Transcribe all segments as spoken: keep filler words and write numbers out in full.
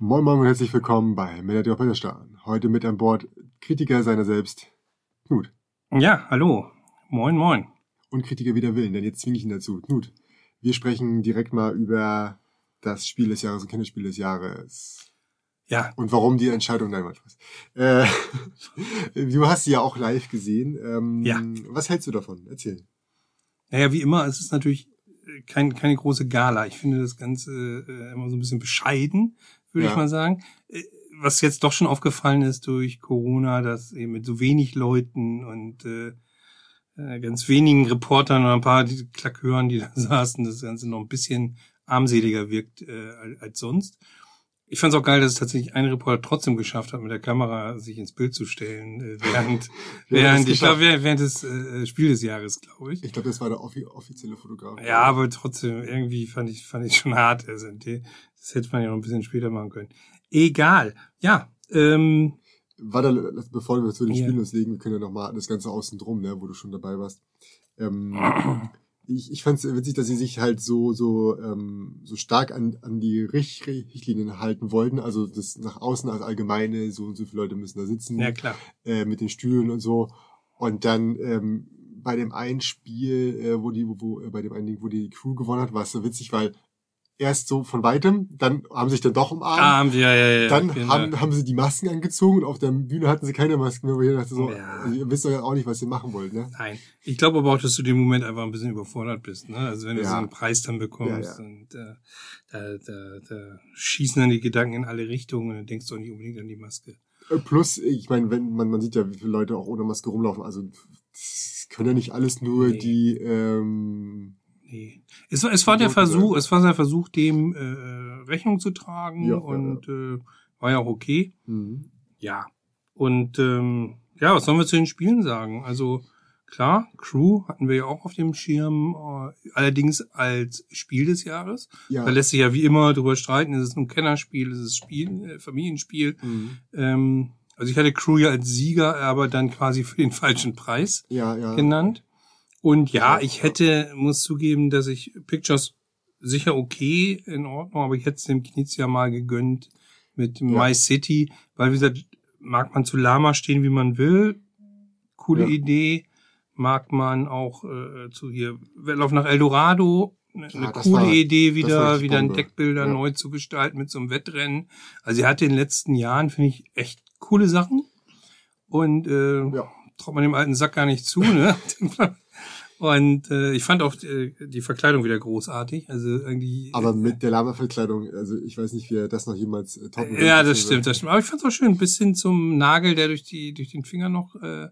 Moin Moin und herzlich willkommen bei Melody auf Wetterstein. Heute mit an Bord Kritiker seiner selbst, Knut. Ja, hallo. Moin Moin. Und Kritiker wider Willen, denn jetzt zwinge ich ihn dazu. Knut, wir sprechen direkt mal über das Spiel des Jahres und Kinderspiel des Jahres. Ja. Und warum die Entscheidung, nein, mal Spaß. Äh, du hast sie ja auch live gesehen. Ähm, ja. Was hältst du davon? Erzähl. Naja, wie immer, es ist natürlich kein, keine große Gala. Ich finde das Ganze äh, immer so ein bisschen bescheiden, würde ja. ich mal sagen. Was jetzt doch schon aufgefallen ist durch Corona, dass eben mit so wenig Leuten und äh, ganz wenigen Reportern oder ein paar die Klakören, die da saßen, das Ganze noch ein bisschen armseliger wirkt äh, als sonst. Ich fand es auch geil, dass es tatsächlich ein Reporter trotzdem geschafft hat, mit der Kamera sich ins Bild zu stellen, äh, während, während ich glaube, während, während des äh, Spiel des Jahres, glaube ich. Ich glaube, das war der offi- offizielle Fotograf. Ja, aber trotzdem, irgendwie fand ich fand ich schon hart. Also, das hätte man ja noch ein bisschen später machen können. Egal. Ja, ähm... Warte, bevor wir zu den ja. Spielen loslegen, wir können ja nochmal das Ganze außen drum, ne, wo du schon dabei warst. Ähm... Ich, ich fand es witzig, dass sie sich halt so so ähm, so stark an an die Richt- Richtlinien halten wollten. Also das nach außen als allgemeine, so und so viele Leute müssen da sitzen. Ja, klar. Äh, mit den Stühlen und so. Und dann ähm, bei dem einen Spiel, äh, wo die, wo, wo äh, bei dem einen Ding, wo die Crew gewonnen hat, war es so witzig, weil erst so von weitem, dann haben sie sich dann doch umarmt. Ah, ja, ja, ja, dann genau. haben, haben sie die Masken angezogen und auf der Bühne hatten sie keine Masken mehr, wo ich dachte so, ja. also ihr wisst doch ja auch nicht, was ihr machen wollt, ne? Nein. Ich glaube aber auch, dass du den Moment einfach ein bisschen überfordert bist, ne? Also wenn du ja. so einen Preis dann bekommst ja, ja. und äh, da, da, da schießen dann die Gedanken in alle Richtungen und dann denkst du auch nicht unbedingt an die Maske. Plus, ich meine, wenn man, man sieht ja, wie viele Leute auch ohne Maske rumlaufen, also das können ja nicht alles nur nee. die ähm, Nee. Es war, es war der Versuch, es war der Versuch, dem äh, Rechnung zu tragen ja, und ja, ja. Äh, war ja auch okay. Mhm. Ja. Und ähm, ja, was sollen wir zu den Spielen sagen? Also klar, Crew hatten wir ja auch auf dem Schirm, äh, allerdings als Spiel des Jahres. Ja. Da lässt sich ja wie immer drüber streiten, ist es ein Kennerspiel, ist es Spiel, äh, Familienspiel. Mhm. Ähm, also ich hatte Crew ja als Sieger, aber dann quasi für den falschen Preis ja, ja. genannt. Und ja, ich hätte, muss zugeben, dass ich Pictures sicher okay, in Ordnung, aber ich hätte es dem Knizia ja mal gegönnt mit ja. My City, weil wie gesagt, mag man zu Lama stehen, wie man will, coole ja. Idee, mag man auch äh, zu hier, Wettlauf nach Eldorado, eine ja, coole war, Idee, wieder wieder ein Deckbilder ja. neu zu gestalten mit so einem Wettrennen. Also er hat in den letzten Jahren, finde ich, echt coole Sachen und äh, ja. traut man dem alten Sack gar nicht zu, ne? Und äh, ich fand auch äh, die Verkleidung wieder großartig. Also irgendwie. Aber mit der Lama-Verkleidung, also ich weiß nicht, wie er das noch jemals äh, toppen wird. Ja, das stimmt, das stimmt. Aber ich fand's auch schön, bis hin zum Nagel, der durch die durch den Finger noch äh,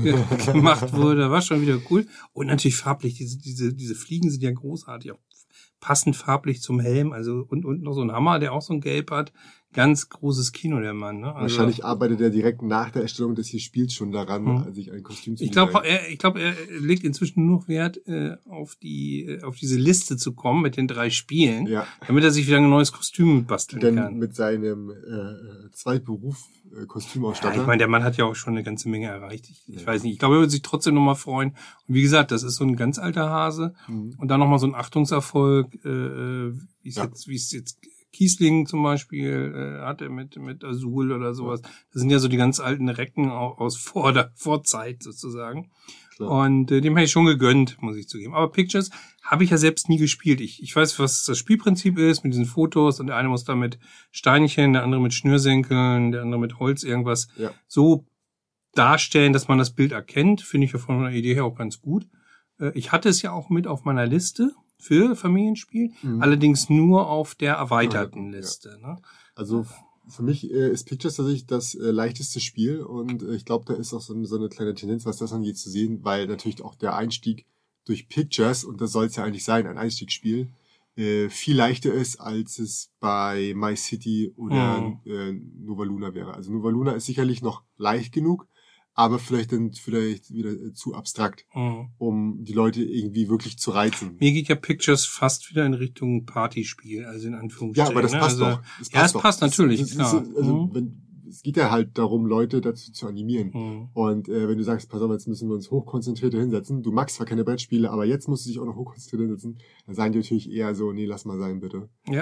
gemacht wurde. War schon wieder cool. Und natürlich farblich, diese diese diese Fliegen sind ja großartig, auch passend farblich zum Helm. Also und und noch so ein Hammer, der auch so ein Gelb hat. Ganz großes Kino, der Mann. Ne? Also, wahrscheinlich arbeitet er direkt nach der Erstellung des hier Spiels schon daran, hm. sich ein Kostüm zu Ich glaube, er, ich glaube, er legt inzwischen nur noch Wert äh, auf die, äh, auf diese Liste zu kommen mit den drei Spielen, ja. damit er sich wieder ein neues Kostüm basteln Denn kann. mit seinem äh, Zweitberuf äh, Kostümausstatter. Ja, ich meine, der Mann hat ja auch schon eine ganze Menge erreicht. Ich, ich ja. weiß nicht. Ich glaube, er würde sich trotzdem nochmal freuen. Und wie gesagt, das ist so ein ganz alter Hase mhm. und dann nochmal so ein Achtungserfolg, äh, wie es ja. jetzt, wie es jetzt Kiesling zum Beispiel äh, hatte mit mit Azul oder sowas. Das sind ja so die ganz alten Recken aus vor der Vorzeit sozusagen. Klar. Und äh, dem hätte ich schon gegönnt, muss ich zugeben. Aber Pictures habe ich ja selbst nie gespielt. Ich ich weiß, was das Spielprinzip ist mit diesen Fotos und der eine muss da mit Steinchen, der andere mit Schnürsenkeln, der andere mit Holz irgendwas ja. so darstellen, dass man das Bild erkennt. Finde ich ja von der Idee her auch ganz gut. Äh, ich hatte es ja auch mit auf meiner Liste für Familienspiel, mhm. allerdings nur auf der erweiterten ja, Liste. Ja. Ne? Also für mich äh, ist Pictures tatsächlich das äh, leichteste Spiel und äh, ich glaube, da ist auch so, so eine kleine Tendenz, was das angeht, zu sehen, weil natürlich auch der Einstieg durch Pictures, und das soll es ja eigentlich sein, ein Einstiegsspiel, äh, viel leichter ist, als es bei My City oder mhm. äh, Nova Luna wäre. Also Nova Luna ist sicherlich noch leicht genug, aber vielleicht dann vielleicht wieder zu abstrakt, mhm. um die Leute irgendwie wirklich zu reizen. Mir geht ja Pictures fast wieder in Richtung Partyspiel, also in Anführungsstrichen. Ja, aber das passt also, doch. Das passt ja, es doch. passt natürlich, das, das, klar. Ist, also, mhm. wenn, es geht ja halt darum, Leute dazu zu animieren. Mhm. Und äh, wenn du sagst, pass auf, jetzt müssen wir uns hochkonzentriert hinsetzen, du magst zwar keine Brettspiele, aber jetzt musst du dich auch noch hochkonzentriert hinsetzen, dann sagen die natürlich eher so, nee, lass mal sein, bitte. Ja.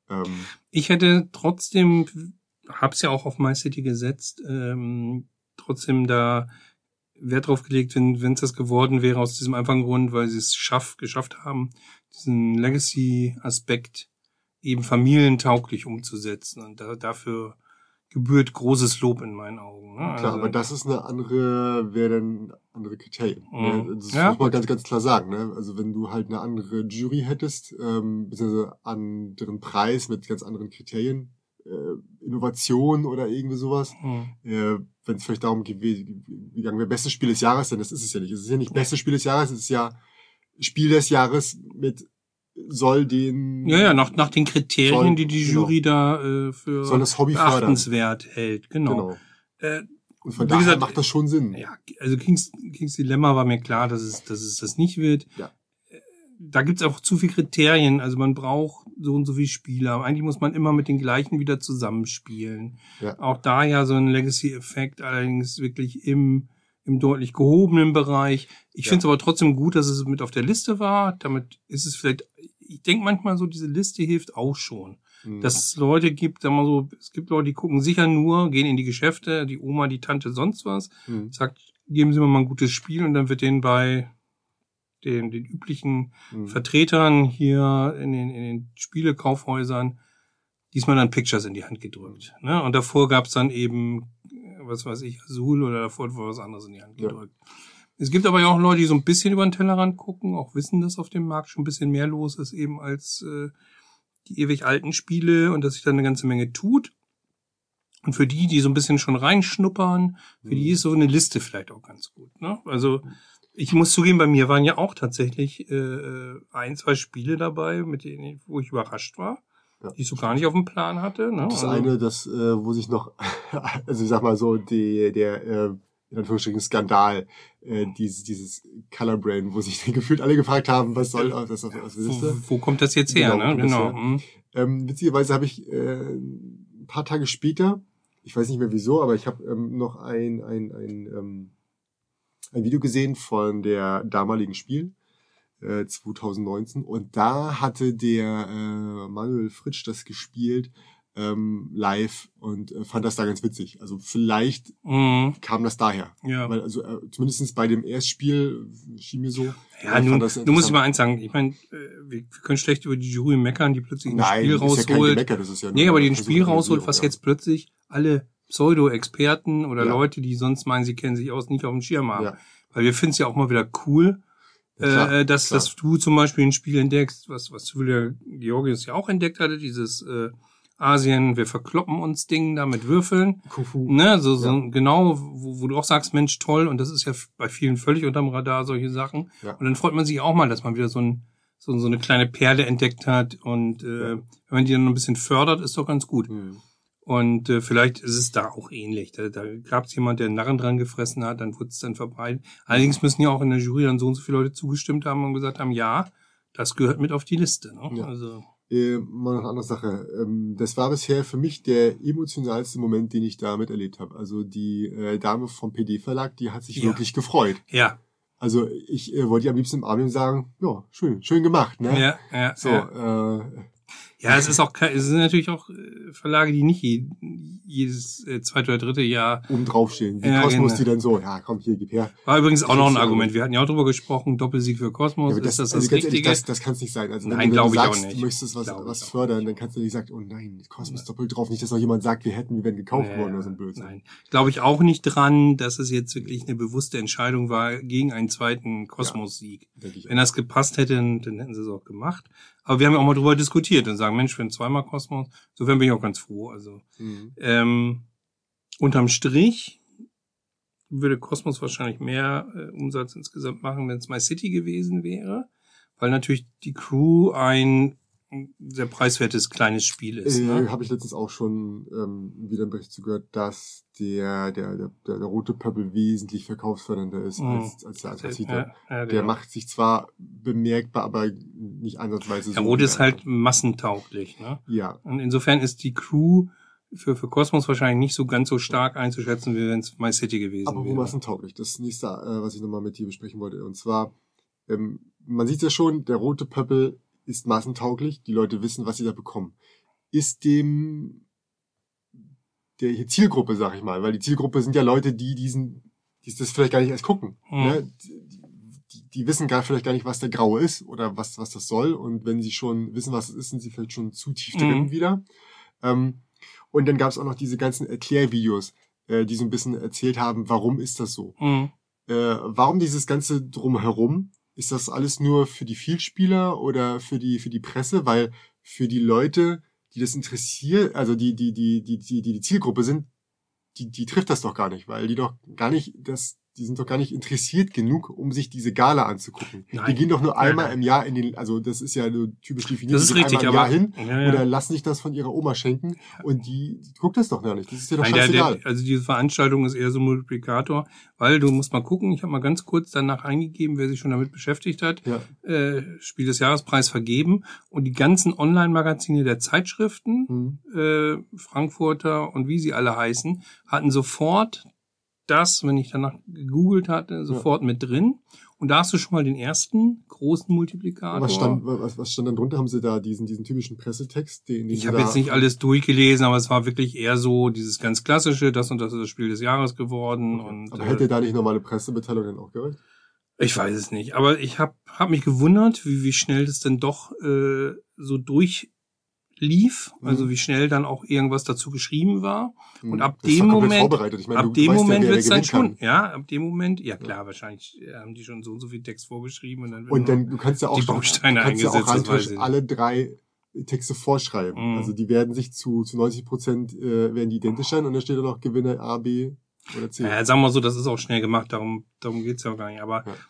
Ähm, ich hätte trotzdem, hab's ja auch auf My City gesetzt, ähm, trotzdem da Wert drauf gelegt, wenn wenn es das geworden wäre, aus diesem einfachen Grund, weil sie es schaff, geschafft haben, diesen Legacy-Aspekt eben familientauglich umzusetzen. Und da, dafür gebührt großes Lob in meinen Augen. Ne? Klar, also, aber das ist eine andere, wäre dann andere Kriterien. Mhm. Ne? Das Ja, muss man gut. ganz, ganz klar sagen. Ne? Also wenn du halt eine andere Jury hättest, ähm, beziehungsweise anderen Preis mit ganz anderen Kriterien, äh, Innovation oder irgendwie sowas, Mhm. äh, wenn es vielleicht darum gewe- gegangen wäre, bestes Spiel des Jahres, denn das ist es ja nicht. Es ist ja nicht bestes Spiel des Jahres, es ist ja Spiel des Jahres mit soll den Ja, ja, nach, nach den Kriterien, soll, die die genau, Jury da äh, für soll das Hobby fördern. beachtenswert hält. Genau. Genau. Äh, Und von wie daher gesagt, macht das schon Sinn. ja, also Kings, Kings Dilemma war mir klar, dass es, dass es das nicht wird. Ja. Da gibt's auch zu viele Kriterien. Also man braucht so und so viele Spieler. Eigentlich muss man immer mit den gleichen wieder zusammenspielen. Ja. Auch da ja so ein Legacy-Effekt, allerdings wirklich im, im deutlich gehobenen Bereich. Ich Ja. finde es aber trotzdem gut, dass es mit auf der Liste war. Damit ist es vielleicht, ich denke manchmal so, diese Liste hilft auch schon. Mhm. Dass es Leute gibt, sagen wir so, es gibt Leute, die gucken sicher nur, gehen in die Geschäfte, die Oma, die Tante, sonst was, Mhm. sagt, geben Sie mir mal ein gutes Spiel und dann wird denen bei den, den üblichen Mhm. Vertretern hier in den, in den Spielekaufhäusern diesmal dann Pictures in die Hand gedrückt. Ne? Und davor gab's dann eben, was weiß ich, Azul oder davor wurde was anderes in die Hand Ja. gedrückt. Es gibt aber ja auch Leute, die so ein bisschen über den Tellerrand gucken, auch wissen, dass auf dem Markt schon ein bisschen mehr los ist eben als äh, die ewig alten Spiele und dass sich da eine ganze Menge tut. Und für die, die so ein bisschen schon reinschnuppern, für die ist so eine Liste vielleicht auch ganz gut. Ne? Also ich muss zugeben, bei mir waren ja auch tatsächlich äh, ein, zwei Spiele dabei, mit denen, wo ich überrascht war, Ja. die ich so gar nicht auf dem Plan hatte. Ne? Das Also, eine, das, äh, wo sich noch, also ich sag mal so, die, der, äh, in Anführungsstrichen Skandal, äh, dieses, dieses Color Brain, wo sich gefühlt alle gefragt haben, was soll das auf der Liste? wo, wo kommt das jetzt her? Genau, wo Ne? kommt das Genau. her? Hm. Ähm, witzigerweise habe ich äh, ein paar Tage später, ich weiß nicht mehr wieso, aber ich habe ähm, noch ein, ein, ein, ähm, ein Video gesehen von der damaligen Spiel, äh, zwanzig neunzehn, und da hatte der äh, Manuel Fritsch das gespielt ähm, live und äh, fand das da ganz witzig. Also vielleicht Mhm. kam das daher. Ja. Weil also äh, zumindest bei dem Erstspiel schien mir so. Ja, ich nun, fand das du musst interessant. mal eins sagen, ich meine, äh, wir, wir können schlecht über die Jury meckern, die plötzlich ein Nein, Spiel ist ja kein rausholt. Gemecker, das ist ja Nee, nur aber die eine ein Spiel rausholt, was Versuchsrealisierung, jetzt plötzlich alle Pseudo-Experten oder Ja. Leute, die sonst meinen, sie kennen sich aus, nicht auf dem Schirm haben. Ja. Weil wir finden es ja auch mal wieder cool, Ja, klar, äh, dass, klar. dass du zum Beispiel ein Spiel entdeckst, was, was Julia Georgius ja auch entdeckt hatte, dieses äh, Asien, wir verkloppen uns Ding da mit Würfeln. Kung Fu. Ne, so, so Ja. genau, wo, wo du auch sagst, Mensch, toll, und das ist ja f- bei vielen völlig unterm Radar, solche Sachen. Ja. Und dann freut man sich auch mal, dass man wieder so, ein, so, so eine kleine Perle entdeckt hat. Und äh, Ja. wenn man die dann ein bisschen fördert, ist doch ganz gut. Hm. Und äh, vielleicht ist es da auch ähnlich. Da, da gab es jemand, der einen Narren dran gefressen hat, dann wurde es dann verbreitet. Allerdings müssen ja auch in der Jury dann so und so viele Leute zugestimmt haben und gesagt haben, ja, das gehört mit auf die Liste. Ne? Ja. Also Äh, mal noch eine andere Sache. Ähm, das war bisher für mich der emotionalste Moment, den ich da miterlebt habe. Also die äh, Dame vom P D Verlag, die hat sich Ja. wirklich gefreut. ja, Also ich äh, wollte ihr am liebsten im Arm nehmen und sagen, ja, schön, schön gemacht, ne? ja, ja. So, ja. äh, Ja, es ist auch kein, es sind natürlich auch äh, Verlage, die nicht je, jedes äh, zweite oder dritte Jahr. oben draufstehen. Wie Ja, Kosmos, genau. die dann so, ja, komm, hier, gib her. War übrigens auch noch ein Kriegst du- Argument. Wir hatten ja auch drüber gesprochen, Doppelsieg für Kosmos. Ja, aber das, ist das also das ganz ehrlich, Richtige? das, das kann es nicht sein. Also wenn, Nein, du- wenn glaub du ich auch sagst, nicht. du möchtest was, Glaub ich was auch fördern, nicht. dann kannst du nicht sagen, oh nein, Kosmos doppelt drauf. Nicht, dass noch jemand sagt, wir hätten, wir wären gekauft worden oder so ein Blödsinn. Nein, glaube ich auch nicht dran, dass es jetzt wirklich eine bewusste Entscheidung war gegen einen zweiten Kosmos-Sieg. Denke ich Wenn das gepasst hätte, dann dann hätten sie es auch gemacht. Aber wir haben ja auch mal drüber diskutiert und sagen, Mensch, wenn zweimal Kosmos, insofern bin ich auch ganz froh. Also Mhm. ähm, unterm Strich würde Kosmos wahrscheinlich mehr äh, Umsatz insgesamt machen, wenn es My City gewesen wäre, weil natürlich die Crew ein sehr preiswertes kleines Spiel ist. Äh, Ne? Habe ich letztens auch schon ähm, wieder einen Bericht zu gehört, dass der, der, der, der, der rote Pöppel wesentlich verkaufsfördernder ist Mhm. als, als der Anthrazite. Ja, ja, Der genau. macht sich zwar bemerkbar, aber nicht ansatzweise so. Der Rot wie ist der halt andere. massentauglich. Ne? Ja, Und insofern ist die Crew für, für Kosmos wahrscheinlich nicht so ganz so stark einzuschätzen, wie wenn es My City gewesen aber wo wäre. massentauglich. Das nächste, äh, was ich nochmal mit dir besprechen wollte. Und zwar, ähm, man sieht ja schon, der rote Pöppel ist massentauglich. Die Leute wissen, was sie da bekommen. ist dem der Zielgruppe, sag ich mal, weil die Zielgruppe sind ja Leute, die diesen, die das vielleicht gar nicht erst gucken. Mhm. Ne? Die, die, die wissen gar vielleicht gar nicht, was der Graue ist oder was was das soll. Und wenn sie schon wissen, was es ist, sind sie vielleicht schon zu tief drin mhm. wieder. Ähm, und dann gab es auch noch diese ganzen Erklärvideos, äh, die so ein bisschen erzählt haben, warum ist das so? Mhm. Äh, warum dieses ganze Drumherum? Ist das alles nur für die Vielspieler oder für die für die Presse? Weil für die Leute, die das interessiert, also die die die die die die Zielgruppe sind, die die trifft das doch gar nicht, weil die doch gar nicht das die sind doch gar nicht interessiert genug, um sich diese Gala anzugucken. Nein. Die gehen doch nur einmal nein, nein. im Jahr in den, also das ist ja nur typisch definiert, das ist die richtig, einmal im aber, Jahr hin ja, ja. oder lassen sich das von ihrer Oma schenken und die, die guckt das doch gar nicht. Das ist ja doch nein, scheißegal. Der, der, also diese Veranstaltung ist eher so ein Multiplikator, weil du musst mal gucken, ich habe mal ganz kurz danach eingegeben, wer sich schon damit beschäftigt hat, ja. äh, Spiel des Jahrespreis vergeben und die ganzen Online-Magazine der Zeitschriften, mhm. äh, Frankfurter und wie sie alle heißen, hatten sofort das, wenn ich danach gegoogelt hatte, sofort ja. mit drin. Und da hast du schon mal den ersten großen Multiplikator. Was stand, was, was stand dann drunter? Haben sie da diesen, diesen typischen Pressetext? Den, den ich habe jetzt nicht alles durchgelesen, aber es war wirklich eher so dieses ganz klassische, das und das ist das Spiel des Jahres geworden. Okay. Und, aber hätte da nicht normale Pressemitteilung dann auch gereicht? Ich weiß es nicht. Aber ich habe hab mich gewundert, wie, wie schnell das denn doch äh, so durch lief, also wie schnell dann auch irgendwas dazu geschrieben war. Und ab das dem Moment, ich meine, ab dem Moment ja, wird's dann schon, kann. ja, ab dem Moment, ja klar, ja. wahrscheinlich haben die schon so und so viel Text vorgeschrieben und dann wird und dann du kannst ja auch die Bausteine schon, du kannst eingesetzt. Ja auch alle drei Texte vorschreiben. Mhm. Also die werden sich zu zu neunzig Prozent äh, werden die identisch sein und dann steht da noch Gewinner A, B oder C. Ja, sagen wir so, das ist auch schnell gemacht, darum darum geht's ja auch gar nicht, aber ja.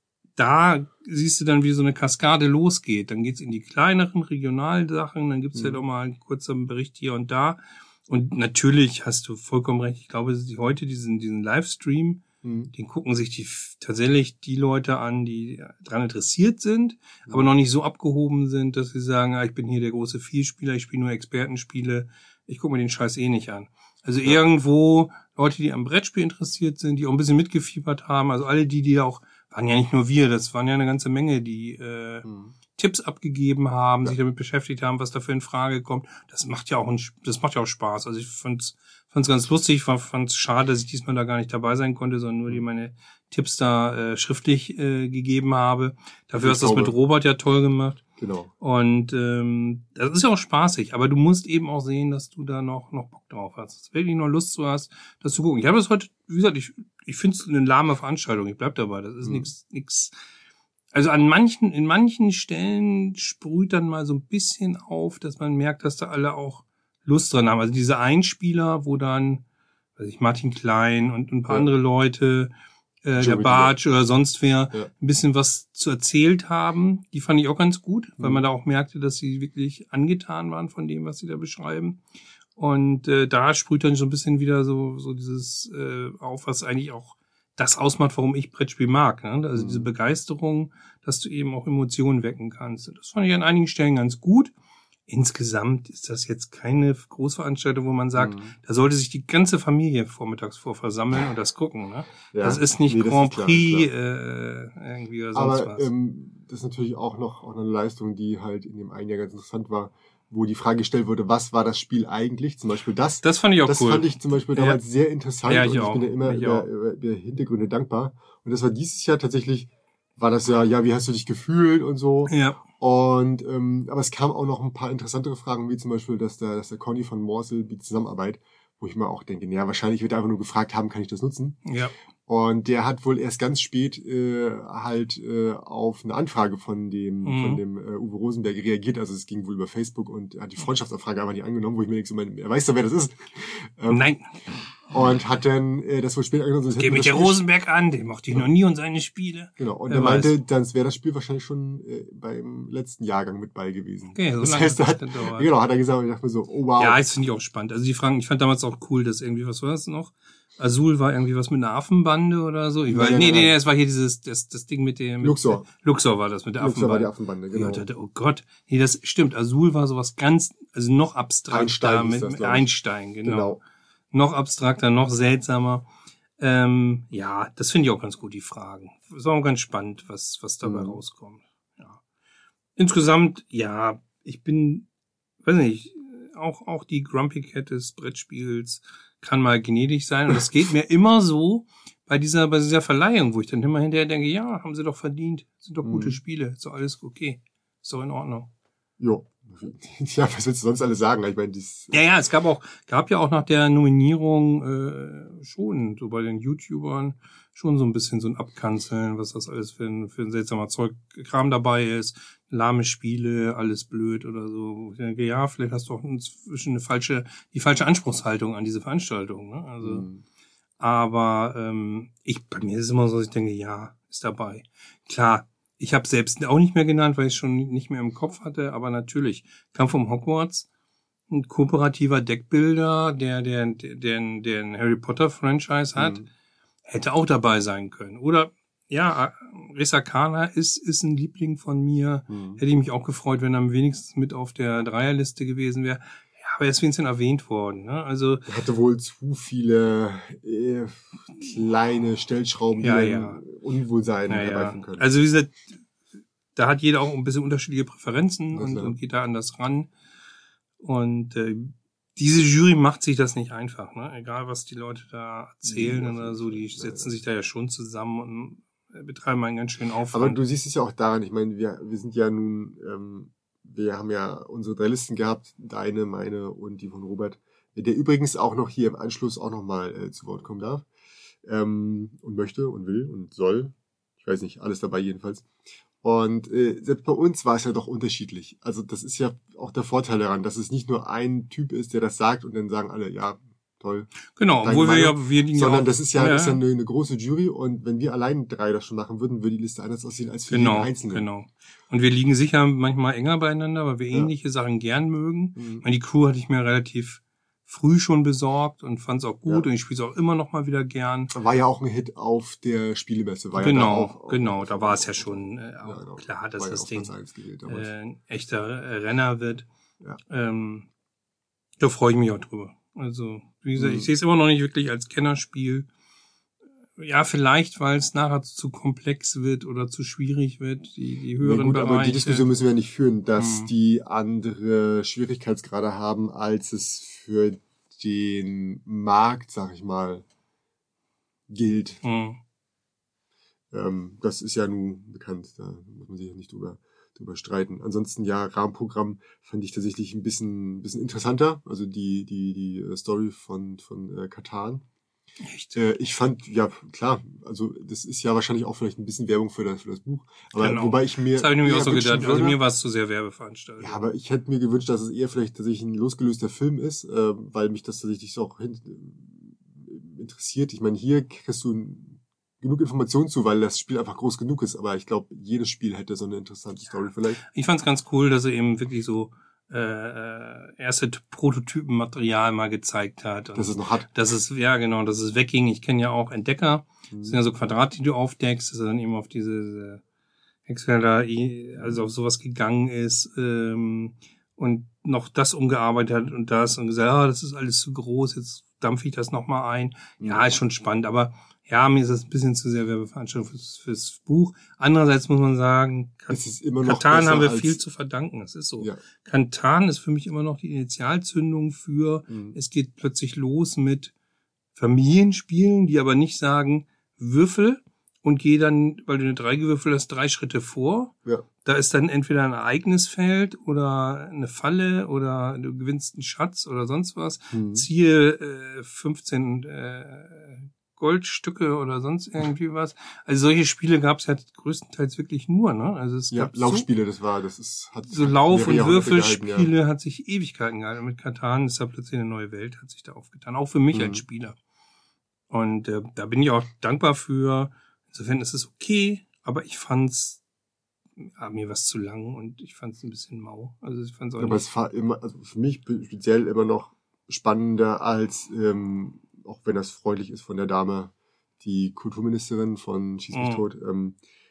Da siehst du dann, wie so eine Kaskade losgeht. Dann geht's in die kleineren Regionalsachen, dann gibt's mhm. halt auch mal einen kurzen Bericht hier und da. Und natürlich hast du vollkommen recht. Ich glaube, heute diesen diesen Livestream, mhm. den gucken sich die tatsächlich die Leute an, die daran interessiert sind, mhm. aber noch nicht so abgehoben sind, dass sie sagen, ah, ich bin hier der große Vielspieler, ich spiele nur Expertenspiele, ich gucke mir den Scheiß eh nicht an. Also ja. irgendwo Leute, die am Brettspiel interessiert sind, die auch ein bisschen mitgefiebert haben, also alle die, die auch waren ja nicht nur wir, das waren ja eine ganze Menge, die äh, hm. Tipps abgegeben haben, ja. sich damit beschäftigt haben, was dafür in Frage kommt. Das macht ja auch ein, das macht ja auch Spaß. Also ich fand's, fand's ganz lustig, fand's schade, dass ich diesmal da gar nicht dabei sein konnte, sondern nur die meine Tipps da äh, schriftlich äh, gegeben habe. Dafür hast du das mit Robert ja toll gemacht. Genau. Und ähm, das ist ja auch spaßig, aber du musst eben auch sehen, dass du da noch noch Bock drauf hast, dass du wirklich noch Lust zu hast, das zu gucken. Ich habe das heute, wie gesagt, ich ich finde es eine lahme Veranstaltung. Ich bleib dabei. Das ist mhm. nix nix. Also an manchen in manchen Stellen sprüht dann mal so ein bisschen auf, dass man merkt, dass da alle auch Lust dran haben. Also diese Einspieler, wo dann, weiß ich, Martin Klein und ein paar ja. andere Leute, äh, der Bartsch oder sonst wer, ja. ein bisschen was zu erzählt haben. Die fand ich auch ganz gut, weil mhm. man da auch merkte, dass sie wirklich angetan waren von dem, was sie da beschreiben. Und äh, da sprüht dann so ein bisschen wieder so so dieses äh, auf, was eigentlich auch das ausmacht, warum ich Brettspiel mag. Ne? Also mhm. diese Begeisterung, dass du eben auch Emotionen wecken kannst. Das fand ich an einigen Stellen ganz gut. Insgesamt ist das jetzt keine Großveranstaltung, wo man sagt, mhm. da sollte sich die ganze Familie vormittags vor versammeln und das gucken. Ne? Ja, das ist nicht nee, Grand ist Prix klar, äh, irgendwie oder sonst Aber, was. Ähm, das ist natürlich auch noch auch eine Leistung, die halt in dem einen Jahr ganz interessant war, wo die Frage gestellt wurde, was war das Spiel eigentlich? Zum Beispiel das. Das fand ich auch das cool. Das fand ich zum Beispiel damals ja. sehr interessant ja, ich und ich auch. bin ja immer über, über, über Hintergründe dankbar. Und das war dieses Jahr tatsächlich, war das ja, ja, wie hast du dich gefühlt und so. Ja. Und ähm, aber es kam auch noch ein paar interessantere Fragen, wie zum Beispiel, dass der, dass der Conny von Morsel die Zusammenarbeit, wo ich mir auch denke, naja, wahrscheinlich wird er einfach nur gefragt haben, kann ich das nutzen? Ja. Und der hat wohl erst ganz spät äh, halt äh, auf eine Anfrage von dem mhm. von dem äh, Uwe Rosenberg reagiert. Also es ging wohl über Facebook und er hat die Freundschaftsanfrage einfach nicht angenommen, wo ich mir denke, so, er weiß doch, wer das ist. Ähm, Nein. Und hat dann äh, das wohl später angenommen. Geh mich der Rosenberg an, den mochte ich noch nie und seine Spiele. Genau. Und er meinte, dann wäre das Spiel wahrscheinlich schon äh, beim letzten Jahrgang mit bei gewesen. Okay, so das lange heißt, er hat, genau, hat er gesagt, und ich dachte mir so, oh wow. Ja, das finde ich auch spannend. Also die Fragen, ich fand damals auch cool, dass irgendwie, was war das noch? Azul war irgendwie was mit einer Affenbande oder so. Ich weiß, nee, nee, nee, es war hier dieses, das, das Ding mit dem... Luxor. Mit, Luxor war das mit der Luxor Affenbande. war die Affenbande, genau. Ich dachte, oh Gott. Nee, das stimmt. Azul war sowas ganz, also noch abstrakter. Einstein mit, das, mit Einstein, genau. genau. Noch abstrakter, noch seltsamer. Ähm, ja, das finde ich auch ganz gut, die Fragen. Ist auch ganz spannend, was, was dabei mhm. rauskommt. Ja. Insgesamt, ja, ich bin, weiß nicht, auch, auch die Grumpy Cat des Brettspiels kann mal gnädig sein. Und das geht mir immer so bei dieser, bei dieser Verleihung, wo ich dann immer hinterher denke, ja, haben sie doch verdient. Sind doch gute Mhm. Spiele. Ist doch alles okay. Ist doch in Ordnung. Jo. Ja, was willst du sonst alles sagen? Ich meine, dies Ja, ja, es gab auch, gab ja auch nach der Nominierung äh, schon, so bei den YouTubern, schon so ein bisschen so ein Abkanzeln, was das alles für ein, für ein seltsamer Zeug, Kram dabei ist, lahme Spiele, alles blöd oder so. Wo ich denke, ja, vielleicht hast du auch inzwischen eine falsche, die falsche Anspruchshaltung an diese Veranstaltung, ne? Also, Mhm. aber ähm, ich, bei mir ist es immer so, dass ich denke, ja, ist dabei. Klar, ich habe selbst auch nicht mehr genannt, weil ich es schon nicht mehr im Kopf hatte, aber natürlich, Kampf um Hogwarts, ein kooperativer Deckbuilder, der der der der ein Harry Potter Franchise hat, Mhm. hätte auch dabei sein können. Oder ja, Res Arcana ist ist ein Liebling von mir. Mhm. Hätte ich mich auch gefreut, wenn er wenigstens mit auf der Dreierliste gewesen wäre. Ja, aber er ist wenigstens erwähnt worden. Ne? Also Er hatte wohl zu viele äh, kleine Stellschrauben, die Ja, dann ja. Unwohlsein naja, herbeiführen können. also wie gesagt, da hat jeder auch ein bisschen unterschiedliche Präferenzen Na und, klar. und geht da anders ran. Und äh, diese Jury macht sich das nicht einfach, ne? Egal, was die Leute da erzählen Ja, oder so, die ja, setzen ja. sich da ja schon zusammen und äh, betreiben einen ganz schönen Aber Aufwand. du siehst es ja auch daran, ich meine, wir, wir sind ja nun, ähm, wir haben ja unsere drei Listen gehabt, deine, meine und die von Robert, der übrigens auch noch hier im Anschluss auch nochmal äh, zu Wort kommen darf ähm, und möchte und will und soll. Ich weiß nicht, alles dabei jedenfalls. Und äh, selbst bei uns war es ja doch unterschiedlich. Also das ist ja auch der Vorteil daran, dass es nicht nur ein Typ ist, der das sagt und dann sagen alle, ja, toll. Genau, Deine obwohl wir Meinung. ja, wir liegen Sondern ja auch, das ist ja, ja, das ist ja eine, eine große Jury und wenn wir allein drei das schon machen würden, würde die Liste anders aussehen als für genau, jeden Einzelnen. genau. Und wir liegen sicher manchmal enger beieinander, weil wir Ja. ähnliche Sachen gern mögen. Mhm. Ich meine, die Crew hatte ich mir relativ früh schon besorgt und fand es auch gut Ja. und ich spiele es auch immer noch mal wieder gern. War ja auch ein Hit auf der Spielemesse. War ja da Genau, auch, auch genau, da war es ja schon äh, Ja, auch genau. klar, dass War ja das auf Ding Platz eins gewählt damals. äh, ein echter äh, Renner wird. Ja. Ähm, da freue ich mich auch drüber. Also, wie gesagt, Mhm. ich sehe es immer noch nicht wirklich als Kennerspiel. Ja, vielleicht, weil es nachher zu komplex wird oder zu schwierig wird, die, die Ja, höheren gut, Bereiche. aber die Diskussion müssen wir nicht führen, dass Mhm. die andere Schwierigkeitsgrade haben, als es für den Markt, sag ich mal, gilt. Mhm. Ähm, das ist ja nun bekannt, da muss man sich ja nicht drüber, drüber streiten. Ansonsten, ja, Rahmenprogramm fand ich tatsächlich ein bisschen, bisschen interessanter, also die, die, die äh, Story von, von äh, Catan. Echt? Äh, ich fand, ja, klar, also das ist ja wahrscheinlich auch vielleicht ein bisschen Werbung für das, für das Buch, aber Genau. wobei ich mir Das habe ich nämlich eher auch so wünschen gedacht. Also würde- mir war es zu sehr Werbeveranstaltung. ja, aber ich hätte mir gewünscht, dass es eher vielleicht tatsächlich ein losgelöster Film ist, äh, weil mich das tatsächlich so auch hin, äh, interessiert. Ich meine, hier kriegst du n- genug Informationen zu, weil das Spiel einfach groß genug ist, aber ich glaube, jedes Spiel hätte so eine interessante Story vielleicht. Ich fand es ganz cool, dass er eben wirklich so äh, äh, erste T- Prototypenmaterial mal gezeigt hat. Und Dass es noch hat. dass es, ja genau, dass es wegging. Ich kenne ja auch Entdecker. Mhm. Das sind ja so Quadrate, die du aufdeckst, dass er dann eben auf diese Hexfelder, also auf sowas gegangen ist ähm, und noch das umgearbeitet hat und das und gesagt, ah, das ist alles zu groß, jetzt dampfe ich das nochmal ein. Ja, ist schon spannend, aber ja, mir ist das ein bisschen zu sehr Werbeveranstaltung fürs, fürs Buch. Andererseits muss man sagen, Es ist immer noch Catan besser haben wir als- viel zu verdanken, das ist so. Ja. Catan ist für mich immer noch die Initialzündung für, Mhm. es geht plötzlich los mit Familienspielen, die aber nicht sagen, Würfel und geh dann, weil du eine drei gewürfelt hast, drei Schritte vor. Ja. Da ist dann entweder ein Ereignisfeld oder eine Falle oder du gewinnst einen Schatz oder sonst was. Mhm. Ziehe äh, fünfzehn äh, Goldstücke oder sonst irgendwie was. Also solche Spiele gab es ja größtenteils wirklich nur, ne? Also es Ja, gab Laufspiele, das war, das ist, hat so, so Lauf- mehrere und Jahrhunderte Würfelspiele gehalten, ja. hat sich Ewigkeiten gehalten. Mit Catan ist da plötzlich eine neue Welt, hat sich da aufgetan. Auch für mich Mhm. als Spieler. Und äh, da bin ich auch dankbar für. Insofern ist es okay, aber ich fand's ja, mir was zu lang und ich fand's ein bisschen mau. Also ich fand's auch Aber nicht. es war immer, also für mich speziell immer noch spannender als, ähm, auch wenn das freundlich ist von der Dame, die Kulturministerin von Schieß mich Mhm. tot, ähm,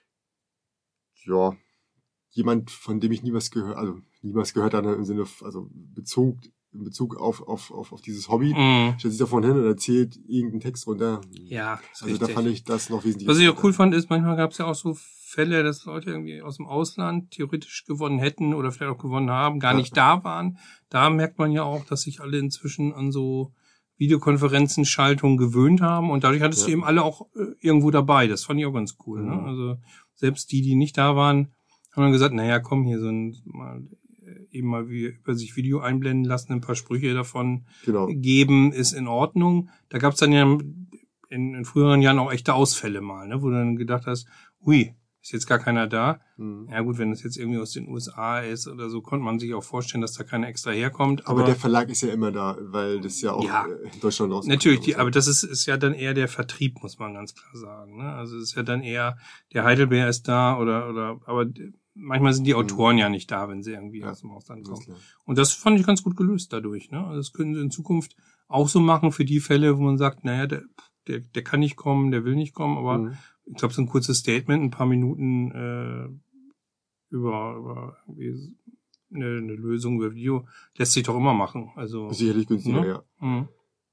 ja, jemand, von dem ich nie was gehört, also nie was gehört habe im Sinne, also Bezug in Bezug auf, auf, auf, auf dieses Hobby, Mhm. stellt sich da vorne hin und erzählt irgendeinen Text runter. Ja, ist Also da richtig. fand ich das noch wesentlich. Was ich auch cool fand, ist, manchmal gab es ja auch so Fälle, dass Leute irgendwie aus dem Ausland theoretisch gewonnen hätten oder vielleicht auch gewonnen haben, gar Ja. nicht da waren. Da merkt man ja auch, dass sich alle inzwischen an so Videokonferenzen, Schaltungen gewöhnt haben und dadurch hattest Ja. du eben alle auch äh, irgendwo dabei. Das fand ich auch ganz cool. Mhm. Ne? Also selbst die, die nicht da waren, haben dann gesagt, naja, komm, hier so ein mal, äh, eben mal wie über sich Video einblenden lassen, ein paar Sprüche davon Genau. geben, ist in Ordnung. Da gab es dann ja in, in früheren Jahren auch echte Ausfälle mal, ne? Wo du dann gedacht hast, ui, ist jetzt gar keiner da. Mhm. Ja gut, wenn es jetzt irgendwie aus den U S A ist oder so, konnte man sich auch vorstellen, dass da keiner extra herkommt. Aber, Aber, der Verlag ist ja immer da, weil das ja auch Ja. äh, in Deutschland rauskommt. natürlich, die, aber das ist, ist ja dann eher der Vertrieb, muss man ganz klar sagen. Ne? Also es ist ja dann eher, der Heidelbeer ist da oder, oder, aber manchmal sind die Autoren ja nicht da, wenn sie irgendwie Ja, aus dem Ausland das ist kommen. klar. Und das fand ich ganz gut gelöst dadurch. Ne? Also das können sie in Zukunft auch so machen für die Fälle, wo man sagt, naja, der, der, der kann nicht kommen, der will nicht kommen, aber Mhm. ich glaube, so ein kurzes Statement, ein paar Minuten äh, über, über irgendwie eine, eine Lösung über Video, lässt sich doch immer machen. Also Sicherlich günstiger, ne? ja. Mhm.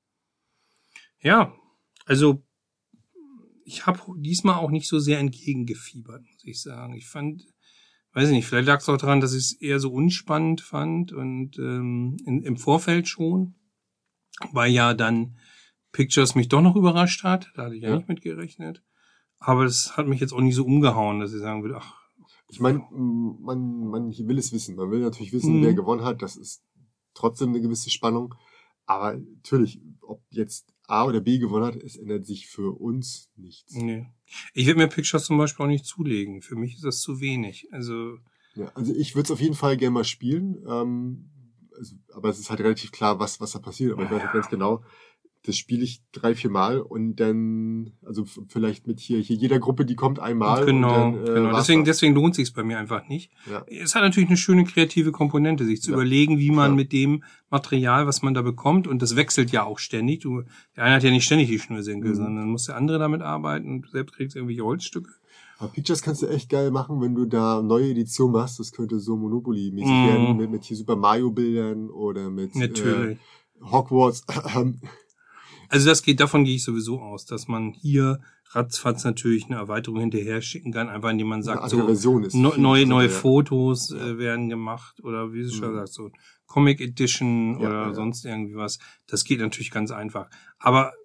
Ja, also ich habe diesmal auch nicht so sehr entgegengefiebert, muss ich sagen. Ich fand, weiß ich nicht, vielleicht lag es auch daran, dass ich es eher so unspannend fand und ähm, in, im Vorfeld schon, weil ja dann Pictures mich doch noch überrascht hat. Da hatte ich ja, Ja. nicht mit gerechnet. Aber es hat mich jetzt auch nicht so umgehauen, dass ich sagen würde, ach, Ich meine, man, man will es wissen. Man will natürlich wissen, Mhm. wer gewonnen hat. Das ist trotzdem eine gewisse Spannung. Aber natürlich, ob jetzt A oder B gewonnen hat, es ändert sich für uns nichts. nee. Ich würde mir Pictures zum Beispiel auch nicht zulegen. Für mich ist das zu wenig. Also, Ja, also ich würde es auf jeden Fall gerne mal spielen. Ähm, also, aber es ist halt relativ klar, was, was da passiert. Aber ich weiß Ja. halt ganz genau, das spiele ich drei, vier Mal und dann, also f- vielleicht mit hier, hier jeder Gruppe, die kommt einmal. genau, und dann, äh, genau. war's Deswegen, das. deswegen lohnt sich bei mir einfach nicht. Ja. Es hat natürlich eine schöne kreative Komponente, sich zu Ja, überlegen, wie man klar. mit dem Material, was man da bekommt, und das wechselt ja auch ständig. Du, der eine hat ja nicht ständig die Schnürsenkel, Mhm. sondern muss der andere damit arbeiten und du selbst kriegst irgendwelche Holzstücke. Aber Pictures kannst du echt geil machen, wenn du da neue Editionen machst. Das könnte so Monopoly-mäßig Mhm. werden, mit, mit hier Super Mario-Bildern oder mit Natürlich. äh, Hogwarts. Also das geht, davon gehe ich sowieso aus, dass man hier ratzfatz natürlich eine Erweiterung hinterher schicken kann, einfach indem man Eine sagt, andere so Version ist no, viel neue neue interessanter, Fotos Ja. äh, werden gemacht oder wie du schon Mhm. sagst, so Comic Edition Ja, oder ja, ja. sonst irgendwie was. Das geht natürlich ganz einfach. Aber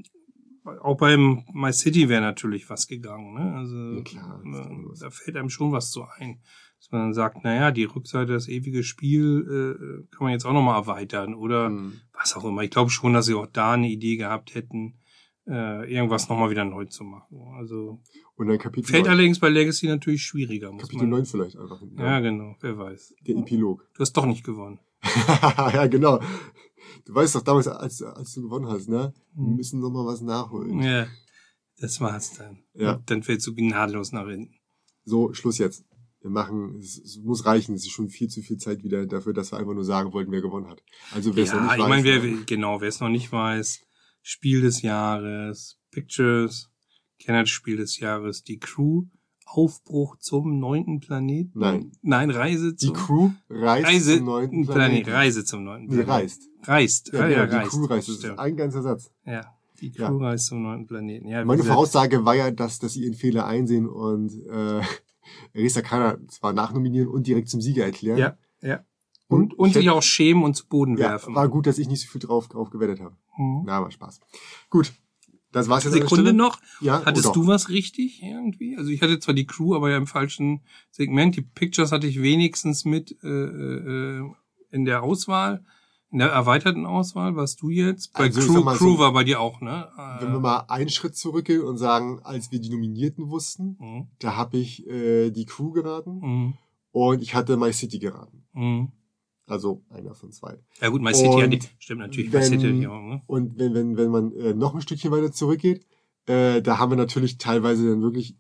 auch beim My City wäre natürlich was gegangen. Ne? Also Ja, klar, das kann äh, was. da fällt einem schon was zu ein. Dass man dann sagt, naja, die Rückseite, das ewige Spiel äh, kann man jetzt auch nochmal erweitern oder Mhm. was auch immer. Ich glaube schon, dass sie auch da eine Idee gehabt hätten, äh, irgendwas nochmal wieder neu zu machen. Also Und dann Kapitel fällt neun. allerdings bei Legacy natürlich schwieriger. Muss Kapitel man, neun vielleicht einfach. ja, genau, wer weiß. Der Epilog. Du hast doch nicht gewonnen. Ja, genau. Du weißt doch damals, als, als du gewonnen hast, ne? Wir Hm. müssen noch mal was nachholen. Ja, das war's dann. Ja. Und dann fällst du gnadenlos nach hinten. So, Schluss jetzt. Wir machen, es, es muss reichen. Es ist schon viel zu viel Zeit wieder dafür, dass wir einfach nur sagen wollten, wer gewonnen hat. Also wer es noch Ja, nicht ich weiß. meine, wer, ne? genau, wer es noch nicht weiß, Spiel des Jahres, Pictures, Kenneth-Spiel des Jahres, die Crew, Aufbruch zum neunten Planeten. Nein. Nein, Reise Die zum Crew reist Reise zum neunten Planet. Planeten. Reise zum neunten Nee, Planeten. reist. Reist. Ja, Ah, ja, ja, die reist. Crew reist. Das ist Stimmt. ein ganzer Satz. Ja, die Ja. Crew reist zum neunten Planeten. Ja, wie Meine gesagt, Voraussage war ja, dass, dass sie ihren Fehler einsehen und äh, Reza Kana zwar nachnominieren und direkt zum Sieger erklären. Ja, ja. Und, Und, und ich sich hätte- auch schämen und zu Boden ja, werfen. war gut, dass ich nicht so viel drauf, drauf gewettet habe. Mhm. Na, war Spaß. Gut, das war's jetzt an der Sekunde Stelle. noch. Ja, Hattest oh, doch. du was richtig irgendwie? Also ich hatte zwar die Crew, aber ja im falschen Segment. Die Pictures hatte ich wenigstens mit äh, äh, in der Auswahl, in der erweiterten Auswahl. Warst du jetzt? Bei Also ich Crew, sag mal Crew so, war bei dir auch, ne? Äh, Wenn wir mal einen Schritt zurückgehen und sagen, als wir die Nominierten wussten, mhm. da habe ich äh, die Crew geraten Mhm. und ich hatte My City geraten. Mhm. Also einer von zwei. Ja gut, My City, ja, Und die, stimmt natürlich, My wenn- City, ja, ne? Und wenn, wenn, wenn man äh, noch ein Stückchen weiter zurückgeht, äh, da haben wir natürlich teilweise dann wirklich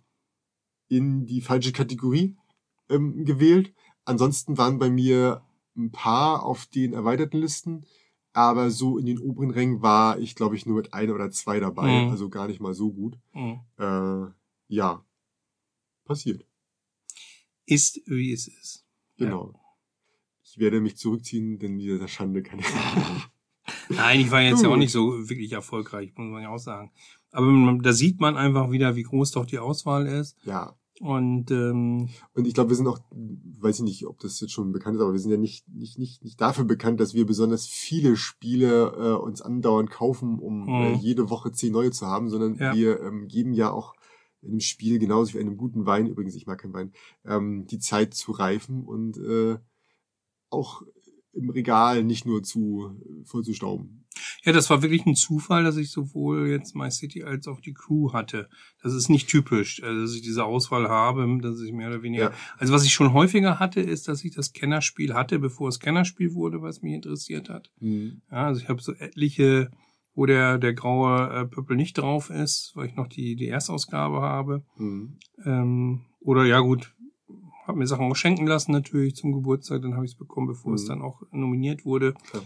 in die falsche Kategorie ähm, gewählt. Ansonsten waren bei mir ein paar auf den erweiterten Listen, aber so in den oberen Rängen war ich, glaube ich, nur mit ein oder zwei dabei, Mhm. also gar nicht mal so gut. Mhm. Äh, ja, passiert. Ist, wie es ist. Genau. ich werde mich zurückziehen, denn dieser Schande kann ich Nein, ich war jetzt ja auch nicht so wirklich erfolgreich, muss man ja auch sagen. Aber man, da sieht man einfach wieder, wie groß doch die Auswahl ist. Ja. Und ähm, und ich glaube, wir sind auch, weiß ich nicht, ob das jetzt schon bekannt ist, aber wir sind ja nicht nicht nicht nicht dafür bekannt, dass wir besonders viele Spiele äh, uns andauernd kaufen, um Mhm. äh, jede Woche zehn neue zu haben, sondern Ja. wir ähm, geben ja auch einem Spiel, genauso wie einem guten Wein, übrigens, ich mag keinen Wein, ähm, die Zeit zu reifen und äh, auch im Regal nicht nur zu voll zu stauben. Ja, das war wirklich ein Zufall, dass ich sowohl jetzt My City als auch die Crew hatte. Das ist nicht typisch, also dass ich diese Auswahl habe, dass ich mehr oder weniger... Ja. Also was ich schon häufiger hatte, ist, dass ich das Kennerspiel hatte, bevor es Kennerspiel wurde, was mich interessiert hat. Mhm. Ja, also ich habe so etliche, wo der der graue äh, Pöppel nicht drauf ist, weil ich noch die die Erstausgabe habe. Mhm. Ähm, oder ja gut, habe mir Sachen auch schenken lassen natürlich zum Geburtstag, dann habe ich es bekommen, bevor Mhm. es dann auch nominiert wurde. Ja.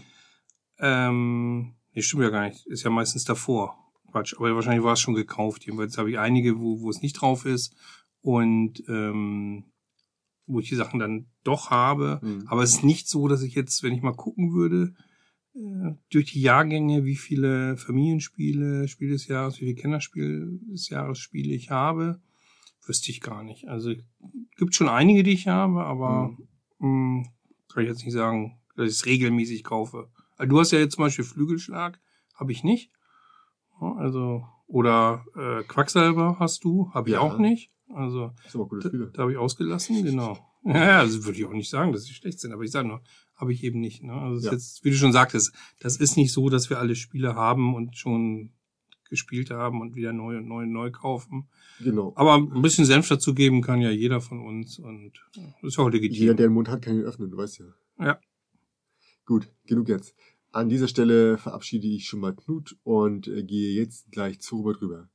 Ähm, nee, stimmt ja gar nicht. Ist ja meistens davor. Quatsch. Aber wahrscheinlich war es schon gekauft. Jedenfalls habe ich einige, wo, wo es nicht drauf ist. Und ähm, wo ich die Sachen dann doch habe. Mhm. Aber es ist nicht so, dass ich jetzt, wenn ich mal gucken würde, äh, durch die Jahrgänge, wie viele Familienspiele, Spiel des Jahres, wie viele Kennerspiel des Jahres Spiele ich habe, wüsste ich gar nicht. Also gibt schon einige, die ich habe, aber Mhm. mh, kann ich jetzt nicht sagen, dass ich es regelmäßig kaufe. Also du hast ja jetzt zum Beispiel Flügelschlag, habe ich nicht. Ja, also oder äh, Quacksalber hast du, habe ich Ja. auch nicht. Also Das sind aber gute da, Spiele. da habe ich ausgelassen, genau. Ja, also würde ich auch nicht sagen, dass sie schlecht sind, aber ich sage nur, habe ich eben nicht. Ne? Also es ist Ja. jetzt, wie du schon sagtest, das ist nicht so, dass wir alle Spiele haben und schon gespielt haben und wieder neu und neu und neu kaufen. Genau. Aber ein bisschen Senf dazu geben kann ja jeder von uns und das ist auch legitim. Jeder, der einen Mund hat, kann ihn öffnen, du weißt ja. Ja. Gut, genug jetzt. An dieser Stelle verabschiede ich schon mal Knut und äh, gehe jetzt gleich zu Robert rüber.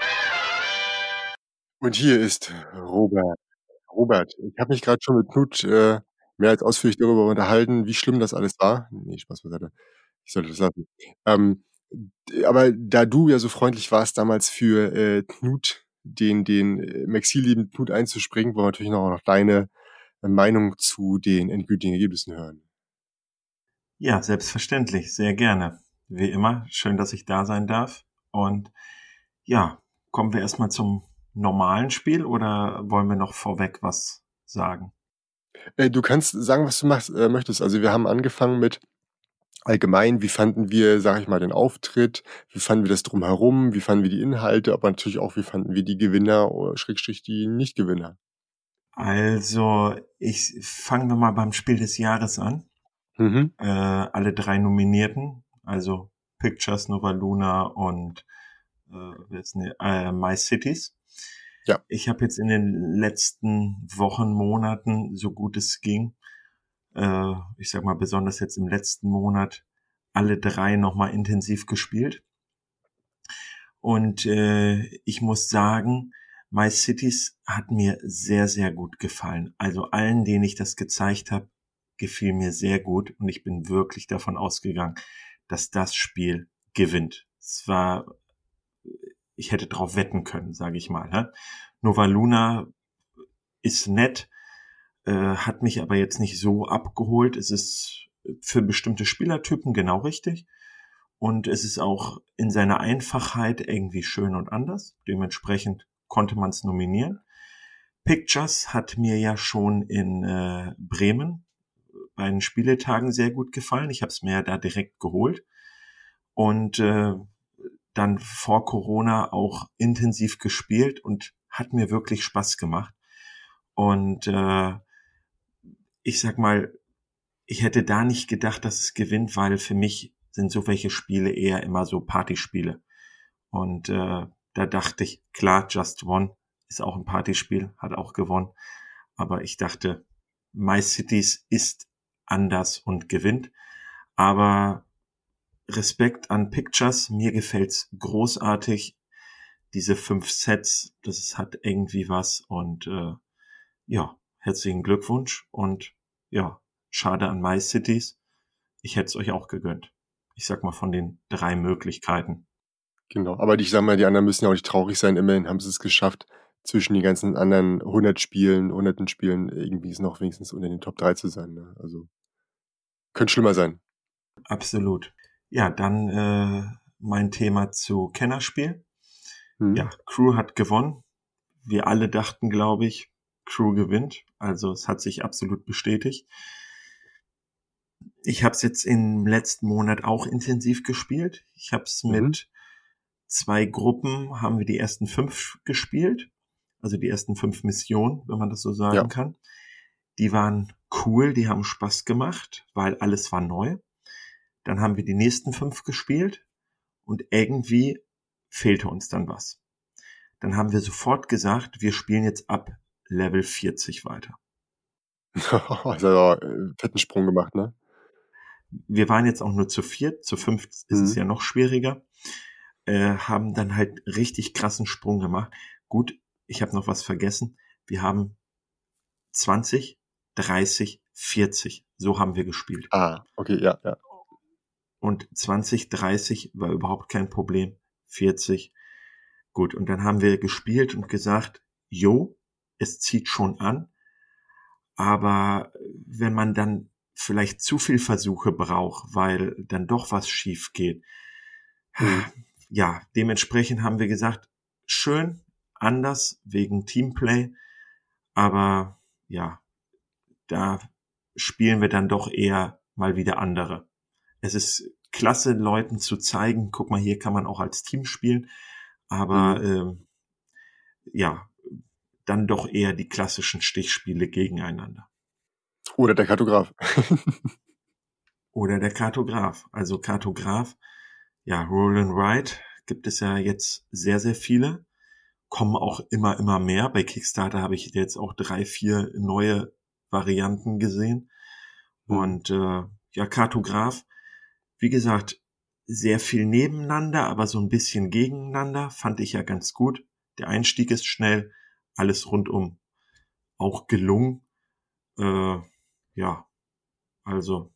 Und hier ist Robert. Robert, ich habe mich gerade schon mit Knut äh, mehr als ausführlich darüber unterhalten, wie schlimm das alles war. Nee, Spaß beiseite. Ich sollte das lassen. Ähm, d- aber da du ja so freundlich warst, damals für äh, Knut, den, den äh, Maxi-lieben Knut einzuspringen, wollen wir natürlich noch, noch deine äh, Meinung zu den endgültigen Ergebnissen hören. Ja, selbstverständlich, sehr gerne. Wie immer, schön, dass ich da sein darf. Und ja, kommen wir erstmal zum normalen Spiel oder wollen wir noch vorweg was sagen? Äh, du kannst sagen, was du machst, äh, möchtest. Also wir haben angefangen mit allgemein, wie fanden wir, sag ich mal, den Auftritt, wie fanden wir das drumherum, wie fanden wir die Inhalte, aber natürlich auch, wie fanden wir die Gewinner oder Schrägstrich die Nicht-Gewinner. Also, ich fangen wir mal beim Spiel des Jahres an. Mhm. Äh, alle drei Nominierten, also Pictures, Nova Luna und äh, wer ist ne, äh, My Cities. Ja. Ich habe jetzt in den letzten Wochen, Monaten, so gut es ging, äh, ich sag mal besonders jetzt im letzten Monat, alle drei nochmal intensiv gespielt. Und äh, ich muss sagen, My Cities hat mir sehr, sehr gut gefallen. Also allen, denen ich das gezeigt habe, gefiel mir sehr gut. Und ich bin wirklich davon ausgegangen, dass das Spiel gewinnt. Es war, ich hätte drauf wetten können, sage ich mal. Ne? Nova Luna ist nett, äh, hat mich aber jetzt nicht so abgeholt. Es ist für bestimmte Spielertypen genau richtig. Und es ist auch in seiner Einfachheit irgendwie schön und anders. Dementsprechend konnte man es nominieren. Pictures hat mir ja schon in äh, Bremen bei den Spieletagen sehr gut gefallen. Ich habe es mir ja da direkt geholt. Und äh, dann vor Corona auch intensiv gespielt und hat mir wirklich Spaß gemacht. Und äh, ich sag mal, ich hätte da nicht gedacht, dass es gewinnt, weil für mich sind so welche Spiele eher immer so Partyspiele. Und äh, da dachte ich, klar, Just One ist auch ein Partyspiel, hat auch gewonnen. Aber ich dachte, My Cities ist anders und gewinnt. Aber Respekt an Pictures, mir gefällt's großartig. Diese fünf Sets, das hat irgendwie was. Und äh, ja, herzlichen Glückwunsch. Und ja, schade an My Cities. Ich hätte es euch auch gegönnt. Ich sag mal von den drei Möglichkeiten. Genau, aber ich sag mal, die anderen müssen ja auch nicht traurig sein. Immerhin haben sie es geschafft, zwischen den ganzen anderen hundert Spielen, hunderten Spielen irgendwie es noch wenigstens unter den Top drei zu sein. Ne? Also könnte schlimmer sein. Absolut. Ja, dann äh, mein Thema zu Kennerspiel. Hm. Ja, Crew hat gewonnen. Wir alle dachten, glaube ich, Crew gewinnt. Also es hat sich absolut bestätigt. Ich habe es jetzt im letzten Monat auch intensiv gespielt. Ich habe es mhm. mit zwei Gruppen, haben wir die ersten fünf gespielt. Also die ersten fünf Missionen, wenn man das so sagen ja. kann. Die waren cool, die haben Spaß gemacht, weil alles war neu. Dann haben wir die nächsten fünf gespielt und irgendwie fehlte uns dann was. Dann haben wir sofort gesagt, wir spielen jetzt ab Level vierzig weiter. Also einen fetten Sprung gemacht, ne? Wir waren jetzt auch nur zu viert, zu fünf ist mhm. es ja noch schwieriger. Äh, haben dann halt richtig krassen Sprung gemacht. Gut, ich habe noch was vergessen. Wir haben zwanzig, dreißig, vierzig. So haben wir gespielt. Ah, okay, ja, ja. Und zwanzig, dreißig war überhaupt kein Problem. vierzig. Gut, und dann haben wir gespielt und gesagt, jo, es zieht schon an. Aber wenn man dann vielleicht zu viel Versuche braucht, weil dann doch was schief geht. Mhm. Ja, dementsprechend haben wir gesagt, schön, anders, wegen Teamplay. Aber ja, da spielen wir dann doch eher mal wieder andere. Es ist klasse, Leuten zu zeigen, guck mal, hier kann man auch als Team spielen. Aber mhm. ähm, ja, dann doch eher die klassischen Stichspiele gegeneinander. Oder der Kartograf. Oder der Kartograf. Also Kartograf, ja, Roll and Ride gibt es ja jetzt sehr, sehr viele. Kommen auch immer, immer mehr. Bei Kickstarter habe ich jetzt auch drei, vier neue Varianten gesehen. Mhm. Und äh, ja, Kartograf, wie gesagt, sehr viel nebeneinander, aber so ein bisschen gegeneinander, fand ich ja ganz gut. Der Einstieg ist schnell, alles rundum auch gelungen. Äh, ja, also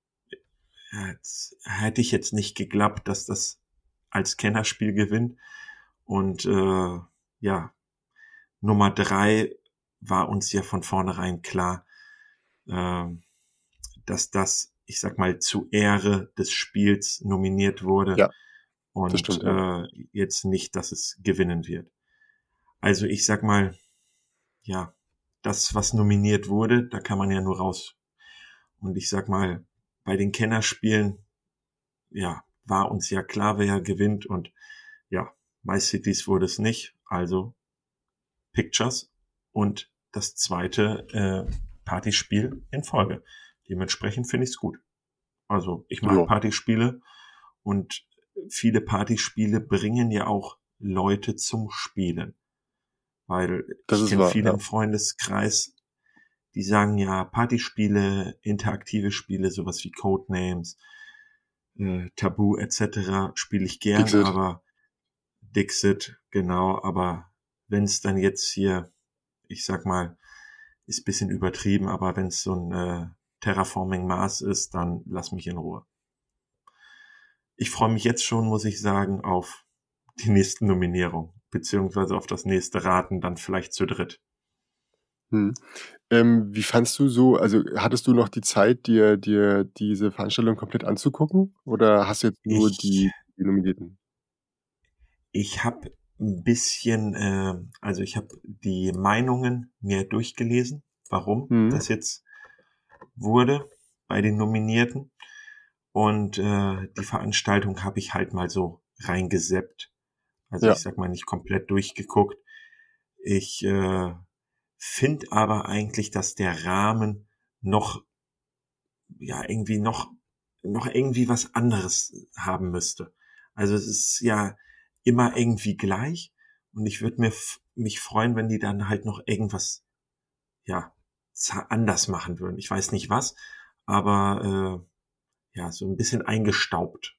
jetzt, hätte ich jetzt nicht geglaubt, dass das als Kennerspiel gewinnt. Und äh, ja, Nummer drei war uns ja von vornherein klar, äh, dass das, ich sag mal, zu Ehre des Spiels nominiert wurde. Ja, und das stimmt, ja. äh, jetzt nicht, dass es gewinnen wird. Also ich sag mal, ja, das, was nominiert wurde, da kann man ja nur raus. Und ich sag mal, bei den Kennerspielen, ja, war uns ja klar, wer gewinnt. Und ja, My Cities wurde es nicht. Also Pictures und das zweite äh, Partyspiel in Folge. Dementsprechend finde ich es gut. Also ich mag ja. Partyspiele und viele Partyspiele bringen ja auch Leute zum Spielen. Weil das ich kenne viele ja. im Freundeskreis, die sagen ja, Partyspiele, interaktive Spiele, sowas wie Codenames, äh, Tabu et cetera spiele ich gern, Dixit. aber Dixit, genau, aber wenn es dann jetzt hier, ich sag mal, ist bisschen übertrieben, aber wenn es so ein äh, Terraforming Mars ist, dann lass mich in Ruhe. Ich freue mich jetzt schon, muss ich sagen, auf die nächsten Nominierungen, beziehungsweise auf das nächste Raten, dann vielleicht zu dritt. Hm. Ähm, wie fandst du so, also hattest du noch die Zeit, dir, dir diese Veranstaltung komplett anzugucken? Oder hast du jetzt nur ich, die, die Nominierten? Ich habe ein bisschen, äh, also ich habe die Meinungen mir durchgelesen, warum hm. das jetzt wurde bei den Nominierten. Und äh, die Veranstaltung habe ich halt mal so reingeseppt. Also ja. ich sag mal nicht komplett durchgeguckt. Ich äh, finde aber eigentlich, dass der Rahmen noch, ja, irgendwie noch, noch irgendwie was anderes haben müsste. Also es ist ja immer irgendwie gleich und ich würde mir mich freuen, wenn die dann halt noch irgendwas, ja, anders machen würden. Ich weiß nicht was, aber äh, ja, so ein bisschen eingestaubt.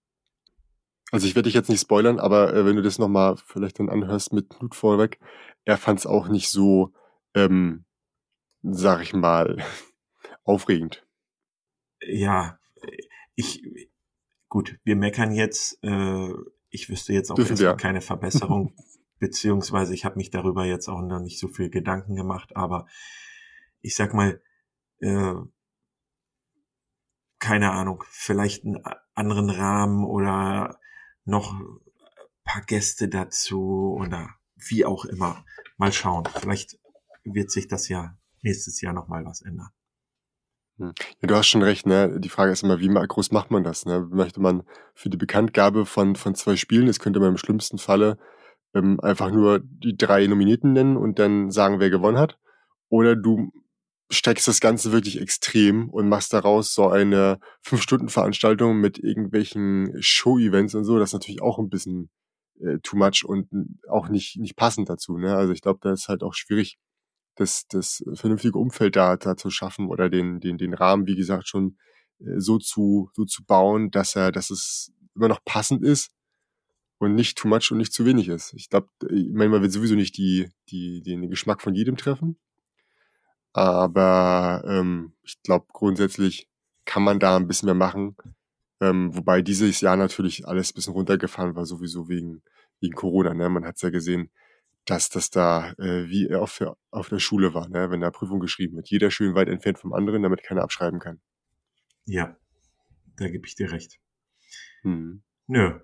Also ich werde dich jetzt nicht spoilern, aber äh, wenn du das nochmal vielleicht dann anhörst mit Knut vorweg, er fand es auch nicht so, ähm, sag ich mal, aufregend. Ja, ich, gut, wir meckern jetzt, äh, ich wüsste jetzt auch Dürfen erstmal wir. keine Verbesserung, beziehungsweise ich habe mich darüber jetzt auch noch nicht so viel Gedanken gemacht, aber ich sag mal, äh, keine Ahnung, vielleicht einen anderen Rahmen oder noch ein paar Gäste dazu oder wie auch immer. Mal schauen. Vielleicht wird sich das ja nächstes Jahr nochmal was ändern. Ja, du hast schon recht, ne? Die Frage ist immer, wie groß macht man das, ne? Möchte man für die Bekanntgabe von, von zwei Spielen, das könnte man im schlimmsten Falle ähm, einfach nur die drei Nominierten nennen und dann sagen, wer gewonnen hat. Oder du steckst das Ganze wirklich extrem und machst daraus so eine Fünf-Stunden-Veranstaltung mit irgendwelchen Show-Events und so. Das ist natürlich auch ein bisschen äh, too much und auch nicht, nicht passend dazu, ne? Also ich glaube, da ist halt auch schwierig, das, das vernünftige Umfeld da, da zu schaffen oder den, den, den Rahmen, wie gesagt, schon äh, so zu, so zu bauen, dass er, dass es immer noch passend ist und nicht too much und nicht zu wenig ist. Ich glaube, manchmal wird sowieso nicht die, die, den Geschmack von jedem treffen. Aber ähm, ich glaube, grundsätzlich kann man da ein bisschen mehr machen. Ähm, wobei dieses Jahr natürlich alles ein bisschen runtergefahren war, sowieso wegen, wegen Corona. Ne? Man hat es ja gesehen, dass das da äh, wie auf der, auf der Schule war, ne? Wenn da Prüfung geschrieben wird. Jeder schön weit entfernt vom anderen, damit keiner abschreiben kann. Ja, da gebe ich dir recht. Hm. Nö.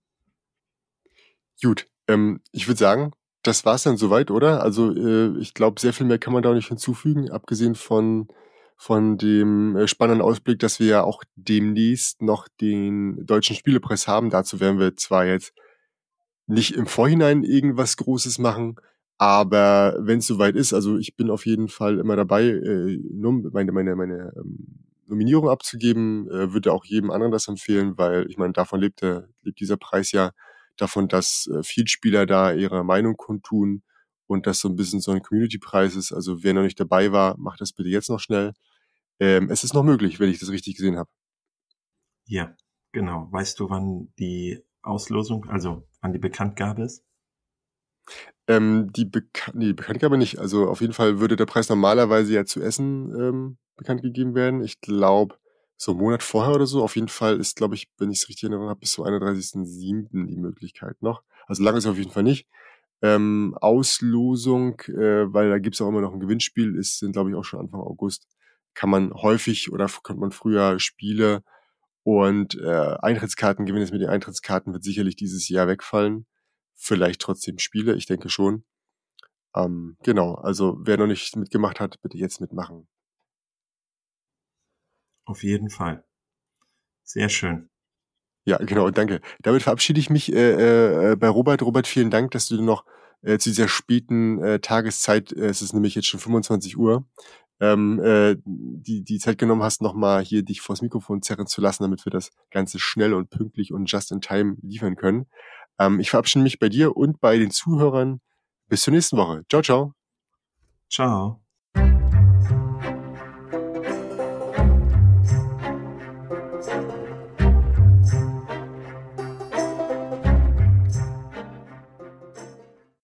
Gut, ähm, ich würde sagen, das war's dann soweit, oder? Also äh, ich glaube, sehr viel mehr kann man da nicht hinzufügen, abgesehen von von dem äh, spannenden Ausblick, dass wir ja auch demnächst noch den Deutschen Spielepreis haben. Dazu werden wir zwar jetzt nicht im Vorhinein irgendwas Großes machen, aber wenn es soweit ist, also ich bin auf jeden Fall immer dabei, äh, num- meine meine meine ähm, Nominierung abzugeben, äh, würde auch jedem anderen das empfehlen, weil ich meine, davon lebt der, lebt dieser Preis ja, davon, dass äh, viele Spieler da ihre Meinung kundtun und das so ein bisschen so ein Community-Preis ist. Also wer noch nicht dabei war, macht das bitte jetzt noch schnell. Ähm, es ist noch möglich, wenn ich das richtig gesehen habe. Ja, genau. Weißt du, wann die Auslosung, also wann die Bekanntgabe ist? Ähm, die, Beka nee, die Bekanntgabe nicht. Also auf jeden Fall würde der Preis normalerweise ja zu Essen ähm, bekannt gegeben werden. Ich glaube, so einen Monat vorher oder so. Auf jeden Fall ist, glaube ich, wenn ich es richtig in Erinnerung habe, bis zum einunddreißigsten siebten die Möglichkeit noch. Also lange ist auf jeden Fall nicht. Ähm, Auslosung, äh, weil da gibt's auch immer noch ein Gewinnspiel, ist, sind, glaube ich, auch schon Anfang August. Kann man häufig oder f- könnte man früher Spiele und äh, Eintrittskarten gewinnen. Jetzt mit den Eintrittskarten wird sicherlich dieses Jahr wegfallen. Vielleicht trotzdem Spiele, ich denke schon. Ähm, genau, also wer noch nicht mitgemacht hat, bitte jetzt mitmachen. Auf jeden Fall. Sehr schön. Ja, genau, danke. Damit verabschiede ich mich äh, äh, bei Robert. Robert, vielen Dank, dass du noch äh, zu dieser späten äh, Tageszeit, äh, es ist nämlich jetzt schon fünfundzwanzig Uhr, ähm, äh, die, die Zeit genommen hast, nochmal hier dich vors Mikrofon zerren zu lassen, damit wir das Ganze schnell und pünktlich und just in time liefern können. Ähm, ich verabschiede mich bei dir und bei den Zuhörern. Bis zur nächsten Woche. Ciao, ciao. Ciao.